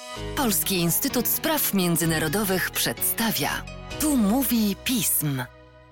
Polski Instytut Spraw Międzynarodowych przedstawia. Tu mówi pism.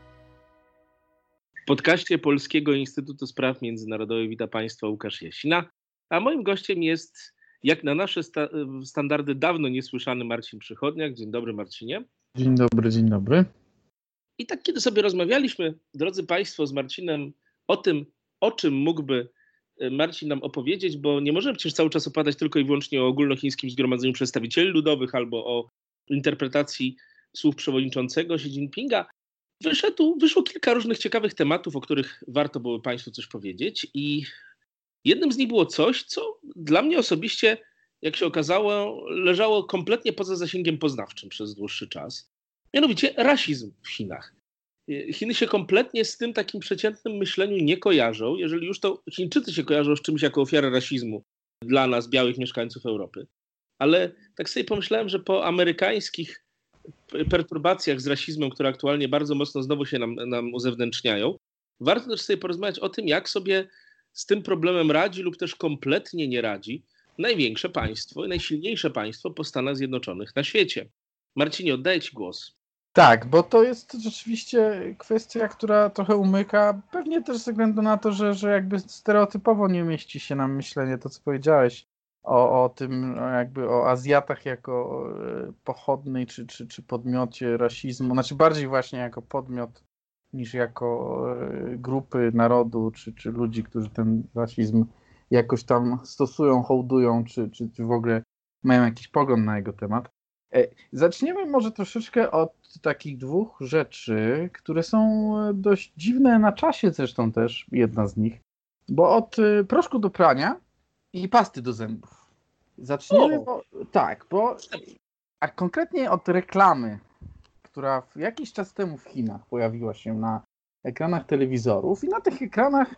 W podcaście Polskiego Instytutu Spraw Międzynarodowych witam Państwa Łukasz Jasina, a moim gościem jest, jak na nasze standardy, dawno niesłyszany Marcin Przychodniak. Dzień dobry, Marcinie. Dzień dobry, dzień dobry. I tak kiedy sobie rozmawialiśmy, drodzy Państwo, z Marcinem o tym, o czym mógłby Marcin nam opowiedzieć, bo nie możemy przecież cały czas opowiadać tylko i wyłącznie o ogólnochińskim zgromadzeniu przedstawicieli ludowych albo o interpretacji słów przewodniczącego Xi Jinpinga. Wyszło kilka różnych ciekawych tematów, o których warto było Państwu coś powiedzieć, i jednym z nich było coś, co dla mnie osobiście, jak się okazało, leżało kompletnie poza zasięgiem poznawczym przez dłuższy czas. Mianowicie rasizm w Chinach. Chiny się kompletnie z tym takim przeciętnym myśleniu nie kojarzą. Jeżeli już, to Chińczycy się kojarzą z czymś jako ofiara rasizmu dla nas, białych mieszkańców Europy. Ale tak sobie pomyślałem, że po amerykańskich perturbacjach z rasizmem, które aktualnie bardzo mocno znowu się nam uzewnętrzniają, warto też sobie porozmawiać o tym, jak sobie z tym problemem radzi lub też kompletnie nie radzi największe państwo, najsilniejsze państwo po Stanach Zjednoczonych na świecie. Marcinie, oddaję Ci głos. Tak, bo to jest rzeczywiście kwestia, która trochę umyka, pewnie też ze względu na to, że jakby stereotypowo nie mieści się nam myślenie, to co powiedziałeś o tym, jakby o Azjatach jako pochodnej czy podmiocie rasizmu, znaczy bardziej właśnie jako podmiot niż jako grupy narodu czy ludzi, którzy ten rasizm jakoś tam stosują, hołdują, czy w ogóle mają jakiś pogląd na jego temat. Zaczniemy może troszeczkę od takich dwóch rzeczy, które są dość dziwne na czasie, zresztą też jedna z nich, bo od proszku do prania i pasty do zębów. Zaczniemy, a konkretnie od reklamy, która jakiś czas temu w Chinach pojawiła się na ekranach telewizorów i na tych ekranach,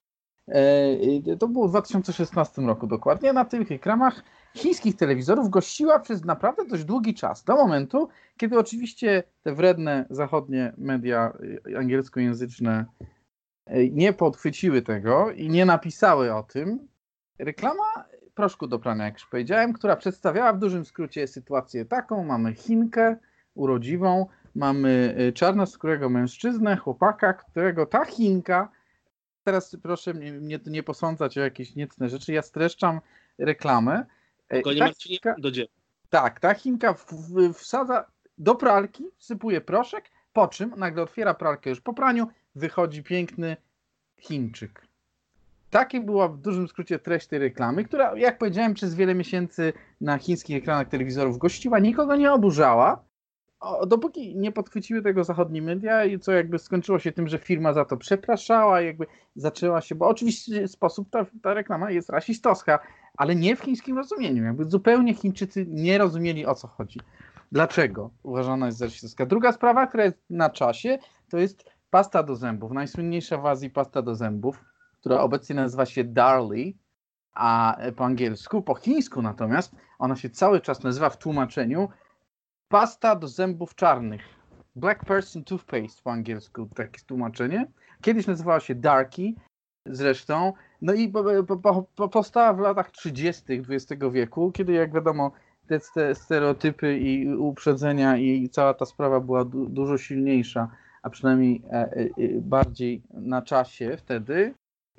to było w 2016 roku dokładnie, na tych ekranach chińskich telewizorów gościła przez naprawdę dość długi czas, do momentu, kiedy oczywiście te wredne zachodnie media angielskojęzyczne nie podchwyciły tego i nie napisały o tym. Reklama proszku do prania, jak już powiedziałem, która przedstawiała w dużym skrócie sytuację taką: mamy Chinkę urodziwą, mamy czarnoskórego mężczyznę, chłopaka, którego ta Chinka, teraz proszę mnie tu nie posądzać o jakieś niecne rzeczy, ja streszczam reklamę. Spokojnie, Marcinie, do dzieła. Tak, ta Chinka wsadza do pralki, wsypuje proszek, po czym nagle otwiera pralkę już po praniu, wychodzi piękny Chińczyk. Taka była w dużym skrócie treść tej reklamy, która, jak powiedziałem, przez wiele miesięcy na chińskich ekranach telewizorów gościła, nikogo nie oburzała, dopóki nie podchwyciły tego zachodnie media, i co jakby skończyło się tym, że firma za to przepraszała, jakby zaczęła się, bo oczywiście sposób ta reklama jest rasistowska, ale nie w chińskim rozumieniu, jakby zupełnie Chińczycy nie rozumieli, o co chodzi. Dlaczego uważana jest za rasistowska? Druga sprawa, która jest na czasie, to jest pasta do zębów, najsłynniejsza w Azji pasta do zębów, która obecnie nazywa się Darlie, a po angielsku, po chińsku natomiast ona się cały czas nazywa w tłumaczeniu pasta do zębów czarnych. Black person toothpaste po angielsku, takie tłumaczenie. Kiedyś nazywała się Darkie zresztą. No i powstała w latach 30. XX wieku, kiedy, jak wiadomo, te stereotypy i uprzedzenia i cała ta sprawa była dużo silniejsza, a przynajmniej bardziej na czasie wtedy.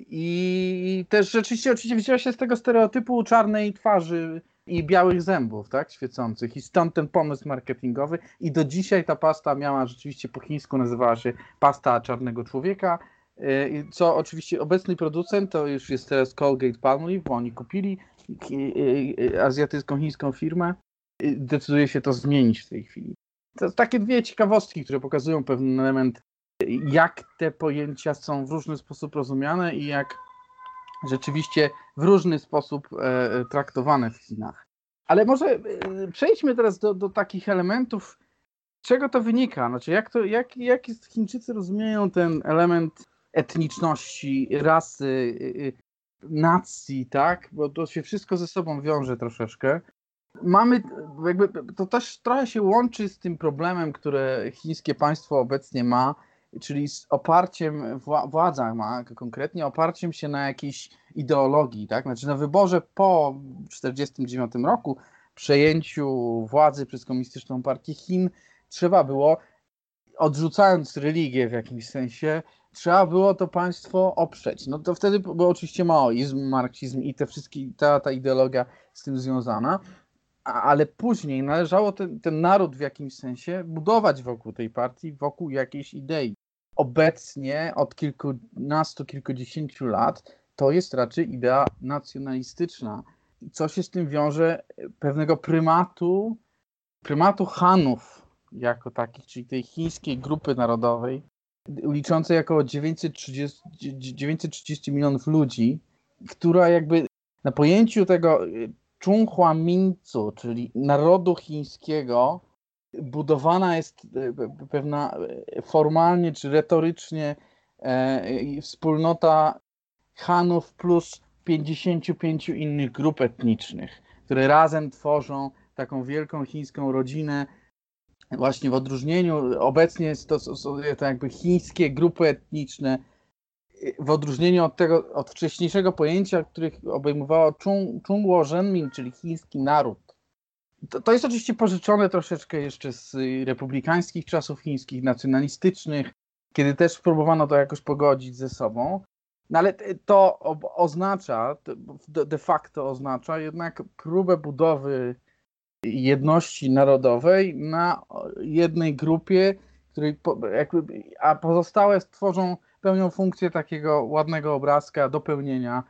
I też rzeczywiście oczywiście wzięła się z tego stereotypu czarnej twarzy i białych zębów, tak, świecących, i stąd ten pomysł marketingowy, i do dzisiaj ta pasta miała rzeczywiście po chińsku, nazywała się pasta czarnego człowieka, co oczywiście obecny producent to już jest teraz Colgate-Palmolive, bo oni kupili azjatycką, chińską firmę, decyduje się to zmienić w tej chwili. To takie dwie ciekawostki, które pokazują pewien element, jak te pojęcia są w różny sposób rozumiane i jak rzeczywiście w różny sposób traktowane w Chinach. Ale może przejdźmy teraz do takich elementów, z czego to wynika. Znaczy, jak Chińczycy rozumieją ten element etniczności, rasy, nacji, tak? Bo to się wszystko ze sobą wiąże troszeczkę. Mamy, jakby, to też trochę się łączy z tym problemem, które chińskie państwo obecnie ma, czyli z oparciem, władza ma konkretnie oparciem się na jakiejś ideologii, tak? Znaczy na wyborze po 1949 roku przejęciu władzy przez Komunistyczną Partię Chin trzeba było, odrzucając religię w jakimś sensie, trzeba było to państwo oprzeć. No to wtedy był oczywiście maoizm, marksizm i ta ideologia z tym związana, ale później należało ten naród w jakimś sensie budować wokół tej partii, wokół jakiejś idei. Obecnie od kilkunastu, kilkudziesięciu lat to jest raczej idea nacjonalistyczna. Co się z tym wiąże? Pewnego prymatu Hanów jako takich, czyli tej chińskiej grupy narodowej, liczącej około 930 milionów ludzi, która jakby na pojęciu tego Zhonghua Minzu, czyli narodu chińskiego, budowana jest pewna formalnie czy retorycznie wspólnota Hanów plus 55 innych grup etnicznych, które razem tworzą taką wielką chińską rodzinę. Właśnie w odróżnieniu, obecnie jest to jakby chińskie grupy etniczne, w odróżnieniu od wcześniejszego pojęcia, których obejmowało Zhonghuo Zhenmin, czyli chiński naród. To jest oczywiście pożyczone troszeczkę jeszcze z republikańskich czasów chińskich, nacjonalistycznych, kiedy też próbowano to jakoś pogodzić ze sobą. No ale to oznacza, de facto oznacza jednak próbę budowy jedności narodowej na jednej grupie, a pozostałe pełnią funkcję takiego ładnego obrazka, dopełnienia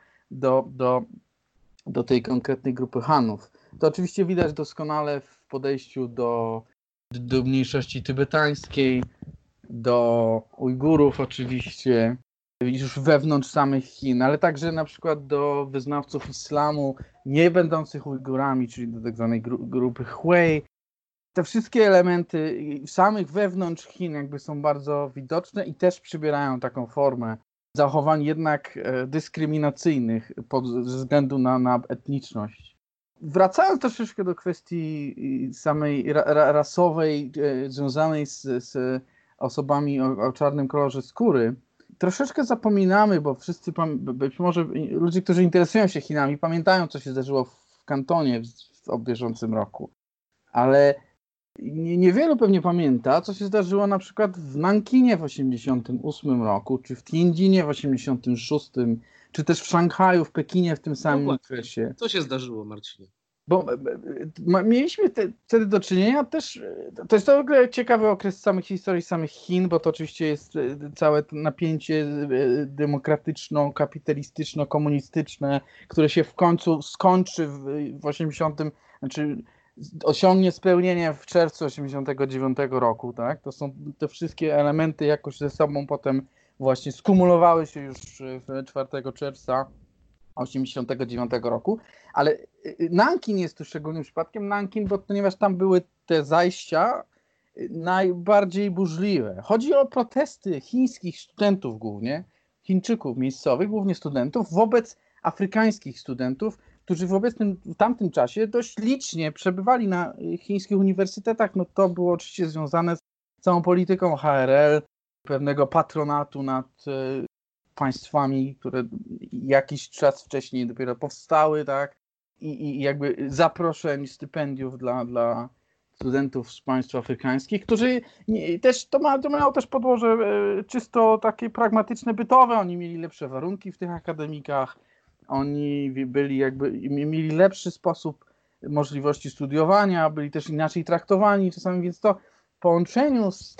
do tej konkretnej grupy Hanów. To oczywiście widać doskonale w podejściu do mniejszości tybetańskiej, do Ujgurów oczywiście, już wewnątrz samych Chin, ale także na przykład do wyznawców islamu nie będących Ujgurami, czyli do tak zwanej grupy Hui. Te wszystkie elementy samych wewnątrz Chin jakby są bardzo widoczne i też przybierają taką formę zachowań jednak dyskryminacyjnych ze względu na etniczność. Wracając troszeczkę do kwestii samej rasowej związanej z osobami o czarnym kolorze skóry, troszeczkę zapominamy, bo wszyscy, być może ludzie, którzy interesują się Chinami, pamiętają, co się zdarzyło w Kantonie w bieżącym roku. Ale niewielu pewnie pamięta, co się zdarzyło na przykład w Nankinie w 1988 roku, czy w Tianjinie w 1986, czy też w Szanghaju, w Pekinie w tym samym okresie. Co się zdarzyło, Marcinie? Bo mieliśmy wtedy do czynienia też, to jest w ogóle ciekawy okres historii samych Chin, bo to oczywiście jest całe to napięcie demokratyczno-kapitalistyczno-komunistyczne, które się w końcu skończy w 80, znaczy osiągnie spełnienie w czerwcu 89 roku, tak? To są te wszystkie elementy jakoś ze sobą potem właśnie skumulowały się już 4 czerwca 89 roku, ale Nankin jest tu szczególnym przypadkiem, ponieważ tam były te zajścia najbardziej burzliwe. Chodzi o protesty chińskich studentów głównie, Chińczyków miejscowych, głównie studentów, wobec afrykańskich studentów, którzy w tamtym czasie dość licznie przebywali na chińskich uniwersytetach. No to było oczywiście związane z całą polityką HRL, pewnego patronatu nad państwami, które jakiś czas wcześniej dopiero powstały, tak? I jakby zaproszeń, stypendiów dla studentów z państw afrykańskich, którzy też, to miało też podłoże czysto takie pragmatyczne, bytowe. Oni mieli lepsze warunki w tych akademikach, oni mieli lepszy sposób możliwości studiowania, byli też inaczej traktowani czasami, więc to w połączeniu z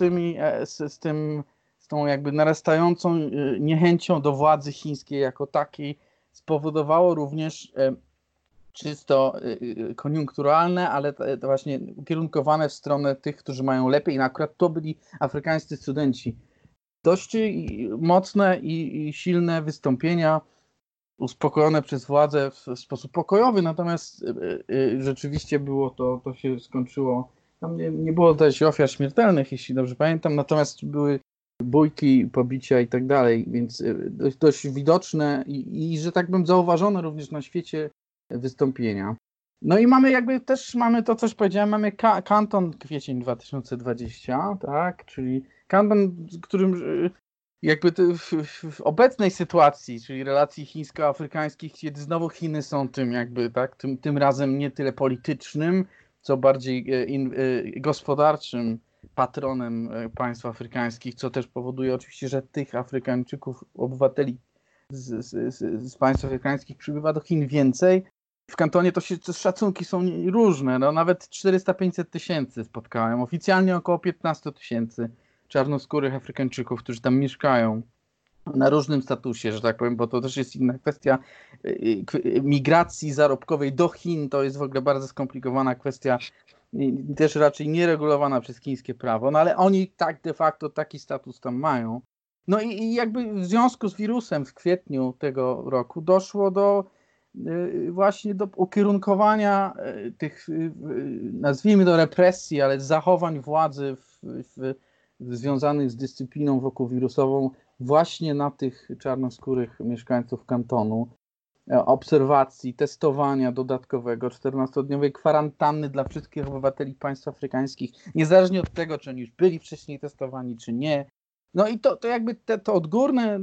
tą jakby narastającą niechęcią do władzy chińskiej jako takiej spowodowało również czysto koniunkturalne, ale to właśnie ukierunkowane w stronę tych, którzy mają lepiej. No akurat to byli afrykańscy studenci. Dość mocne i silne wystąpienia, uspokojone przez władzę w sposób pokojowy, natomiast rzeczywiście to się skończyło. Tam nie było też ofiar śmiertelnych, jeśli dobrze pamiętam, natomiast były bójki, pobicia i tak dalej, więc dość widoczne i że tak bym zauważone również na świecie wystąpienia. No i mamy to, coś powiedziałem, mamy Kanton kwiecień 2020, tak, czyli Kanton, którym jakby w obecnej sytuacji, czyli relacji chińsko-afrykańskich, kiedy znowu Chiny są tym jakby, tak, tym razem nie tyle politycznym, co bardziej gospodarczym patronem państw afrykańskich, co też powoduje oczywiście, że tych Afrykańczyków, obywateli z państw afrykańskich przybywa do Chin więcej. W kantonie to szacunki są różne, no nawet 400-500 tysięcy spotkałem, oficjalnie około 15 tysięcy czarnoskórych Afrykańczyków, którzy tam mieszkają na różnym statusie, że tak powiem, bo to też jest inna kwestia migracji zarobkowej do Chin, to jest w ogóle bardzo skomplikowana kwestia, też raczej nieregulowana przez chińskie prawo, no ale oni tak de facto taki status tam mają. No i jakby w związku z wirusem w kwietniu tego roku doszło właśnie do ukierunkowania tych, nazwijmy to represji, ale zachowań władzy związanych z dyscypliną wokół wirusową właśnie na tych czarnoskórych mieszkańców kantonu, obserwacji, testowania dodatkowego, 14-dniowej kwarantanny dla wszystkich obywateli państw afrykańskich, niezależnie od tego, czy oni już byli wcześniej testowani, czy nie. No i to jakby to odgórne,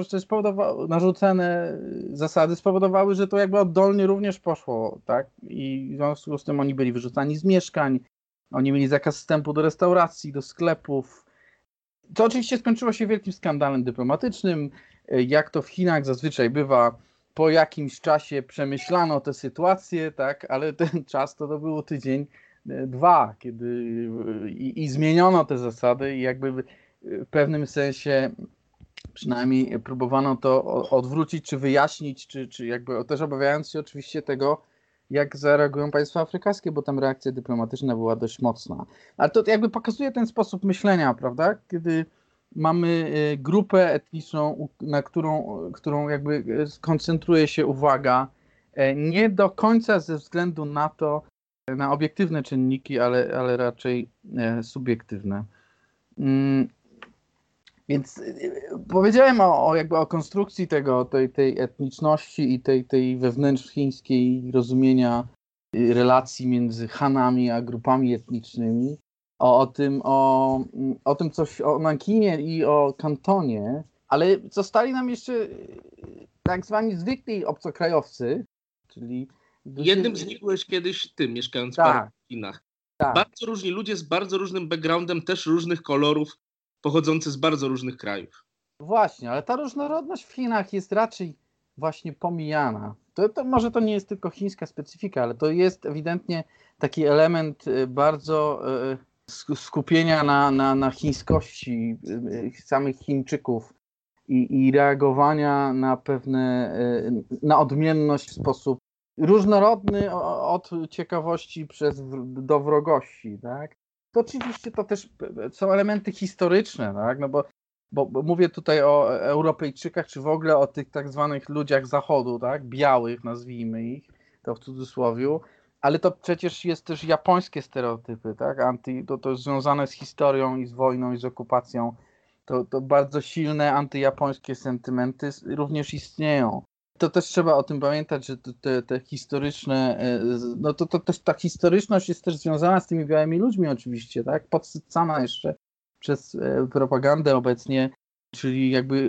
narzucone zasady spowodowały, że to jakby oddolnie również poszło, tak? I w związku z tym oni byli wyrzucani z mieszkań, oni mieli zakaz wstępu do restauracji, do sklepów. To oczywiście skończyło się wielkim skandalem dyplomatycznym. Jak to w Chinach zazwyczaj bywa, po jakimś czasie przemyślano tę sytuację, tak? Ale ten czas to było tydzień, dwa, kiedy i zmieniono te zasady i jakby w pewnym sensie przynajmniej próbowano to odwrócić, czy wyjaśnić, czy jakby też obawiając się oczywiście tego, jak zareagują państwa afrykańskie, bo tam reakcja dyplomatyczna była dość mocna. Ale to jakby pokazuje ten sposób myślenia, prawda? Kiedy mamy grupę etniczną, na którą jakby skoncentruje się uwaga, nie do końca ze względu na to, na obiektywne czynniki, ale raczej subiektywne. Więc powiedziałem o konstrukcji tej etniczności i tej wewnętrzchińskiej rozumienia relacji między Hanami a grupami etnicznymi, o tym coś o Nankinie i o kantonie, ale zostali nam jeszcze tak zwani zwykli obcokrajowcy, czyli... Jednym z nich byłeś kiedyś ty, mieszkając tak, w Chinach. Tak. Bardzo różni ludzie z bardzo różnym backgroundem, też różnych kolorów, pochodzący z bardzo różnych krajów. Właśnie, ale ta różnorodność w Chinach jest raczej właśnie pomijana. To może to nie jest tylko chińska specyfika, ale to jest ewidentnie taki element bardzo skupienia na chińskości samych Chińczyków i reagowania na na odmienność w sposób różnorodny od ciekawości do wrogości, tak? To oczywiście to też są elementy historyczne, tak? No bo mówię tutaj o Europejczykach, czy w ogóle o tych tak zwanych ludziach zachodu, tak? Białych, nazwijmy ich, to w cudzysłowiu, ale to przecież jest też japońskie stereotypy, tak? To jest związane z historią i z wojną i z okupacją. To bardzo silne antyjapońskie sentymenty również istnieją. To też trzeba o tym pamiętać, że te historyczne, no to też ta historyczność jest też związana z tymi białymi ludźmi oczywiście, tak? Podsycana jeszcze przez propagandę obecnie, czyli jakby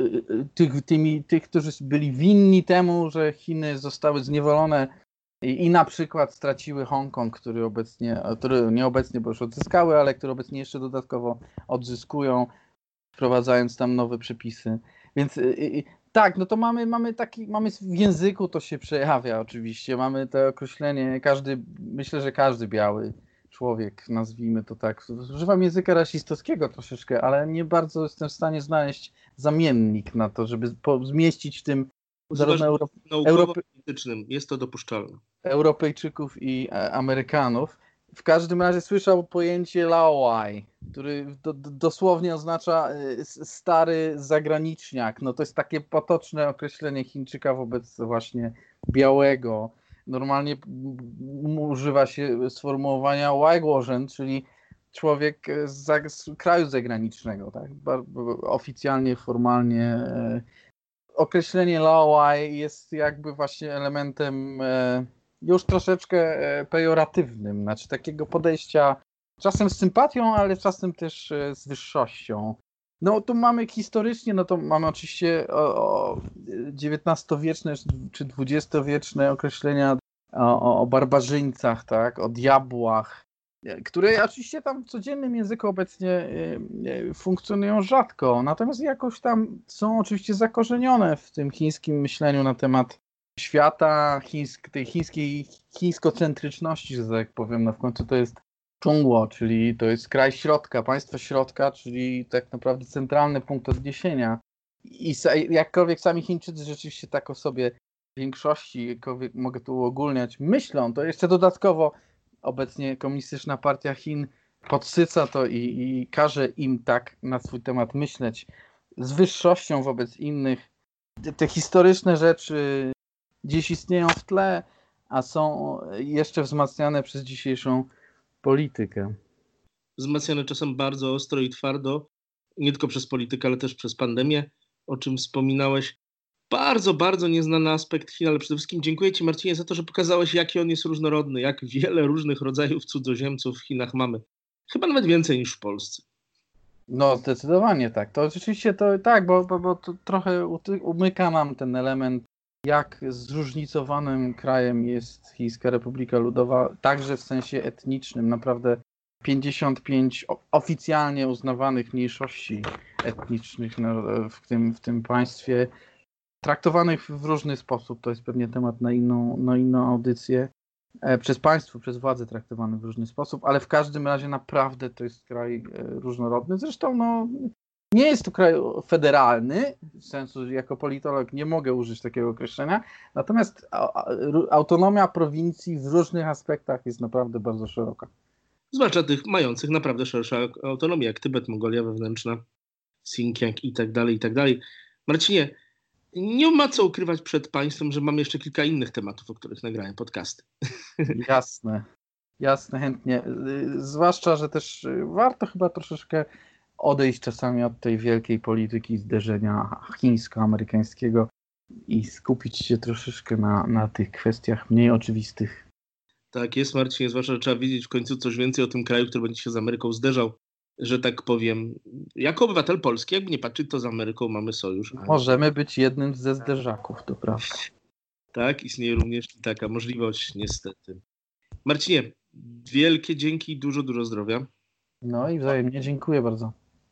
tych, którzy byli winni temu, że Chiny zostały zniewolone i na przykład straciły Hongkong, który nie obecnie, bo już odzyskały, ale który obecnie jeszcze dodatkowo odzyskują, wprowadzając tam nowe przepisy. Więc tak, no to mamy w języku to się przejawia oczywiście, mamy to określenie, myślę, że każdy biały człowiek, nazwijmy to tak, używam języka rasistowskiego troszeczkę, ale nie bardzo jestem w stanie znaleźć zamiennik na to, żeby zmieścić w tym zarówno naukowo-politycznym, jest to dopuszczalne. Europejczyków i Amerykanów. W każdym razie słyszał pojęcie Laowai, który dosłownie oznacza stary zagraniczniak. No to jest takie potoczne określenie Chińczyka wobec właśnie białego. Normalnie używa się sformułowania Waigłożen, czyli człowiek z kraju zagranicznego. Tak? Oficjalnie, formalnie. Określenie Laowai jest jakby właśnie elementem już troszeczkę pejoratywnym, znaczy takiego podejścia czasem z sympatią, ale czasem też z wyższością. No to mamy historycznie, no to mamy oczywiście XIX-wieczne czy XX-wieczne określenia o barbarzyńcach, tak, o diabłach, które oczywiście tam w codziennym języku obecnie funkcjonują rzadko, natomiast jakoś tam są oczywiście zakorzenione w tym chińskim myśleniu na temat świata, tej chińskocentryczności, że tak powiem. No w końcu to jest Chungło, czyli to jest kraj środka, państwo środka, czyli tak naprawdę centralny punkt odniesienia. I jakkolwiek sami Chińczycy rzeczywiście tak o sobie w większości, jakkolwiek mogę tu uogólniać, myślą, to jeszcze dodatkowo obecnie Komunistyczna Partia Chin podsyca to i każe im tak na swój temat myśleć z wyższością wobec innych. Te historyczne rzeczy dziś istnieją w tle, a są jeszcze wzmacniane przez dzisiejszą politykę. Wzmacniane czasem bardzo ostro i twardo, nie tylko przez politykę, ale też przez pandemię, o czym wspominałeś. Bardzo, bardzo nieznany aspekt Chin, ale przede wszystkim dziękuję Ci, Marcinie, za to, że pokazałeś, jaki on jest różnorodny, jak wiele różnych rodzajów cudzoziemców w Chinach mamy. Chyba nawet więcej niż w Polsce. No zdecydowanie tak. To rzeczywiście to tak, bo to trochę umyka nam ten element, jak zróżnicowanym krajem jest Chińska Republika Ludowa, także w sensie etnicznym. Naprawdę 55 oficjalnie uznawanych mniejszości etnicznych w tym państwie, traktowanych w różny sposób. To jest pewnie temat na inną audycję. Przez państwo, przez władze traktowany w różny sposób, ale w każdym razie naprawdę to jest kraj różnorodny. Zresztą nie jest to kraj federalny, w sensu jako politolog nie mogę użyć takiego określenia, natomiast autonomia prowincji w różnych aspektach jest naprawdę bardzo szeroka. Zwłaszcza tych mających naprawdę szerszą autonomię, jak Tybet, Mongolia wewnętrzna, Xinjiang i tak dalej, i tak dalej. Marcinie, nie ma co ukrywać przed Państwem, że mam jeszcze kilka innych tematów, o których nagrałem podcasty. Jasne, chętnie. Zwłaszcza, że też warto chyba troszeczkę odejść czasami od tej wielkiej polityki zderzenia chińsko-amerykańskiego i skupić się troszeczkę na tych kwestiach mniej oczywistych. Tak jest, Marcinie, zwłaszcza, że trzeba wiedzieć w końcu coś więcej o tym kraju, który będzie się z Ameryką zderzał, że tak powiem. Jako obywatel Polski, jakby nie patrzeć, to z Ameryką mamy sojusz. Możemy być jednym ze zderzaków, to prawda. Tak, istnieje również taka możliwość, niestety. Marcinie, wielkie dzięki i dużo, dużo zdrowia. No i wzajemnie dziękuję bardzo.